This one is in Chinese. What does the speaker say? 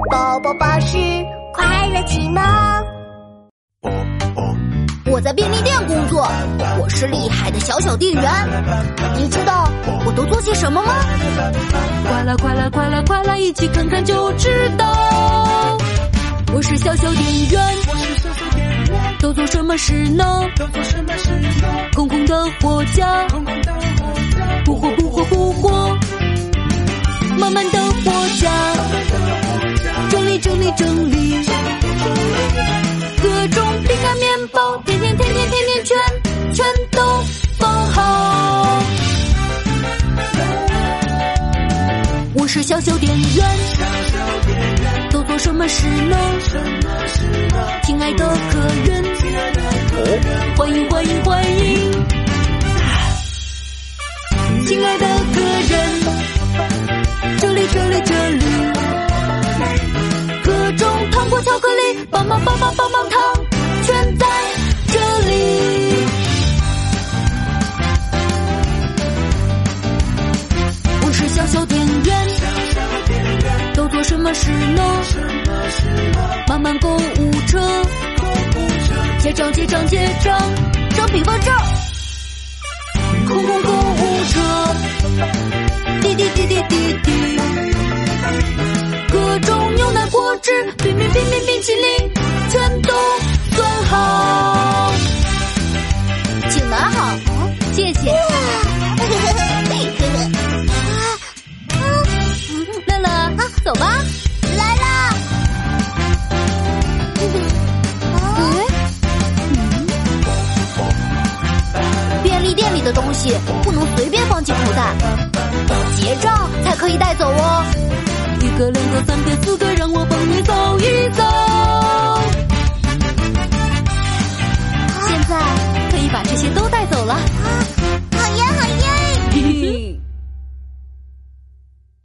宝宝巴士快乐启蒙。我在便利店工作，我是厉害的小店员。你知道我都做些什么吗？ 快来快来快来快来，一起看看就知道。我是小店员，都做什么事呢？空空的货架，不火不火不火，满满的货架，整理整理整理，各种饼干面包甜甜全都放好。我是小店员，都做什么事呢？亲爱的客人，欢迎欢迎欢迎，亲爱的客人，这里，各种糖果巧克力，棒棒糖，全在这里。我是小店员，都做什么事呢？慢慢购物车，结账，找笔记账，空空购物车，滴，各种牛奶果汁，冰淇淋，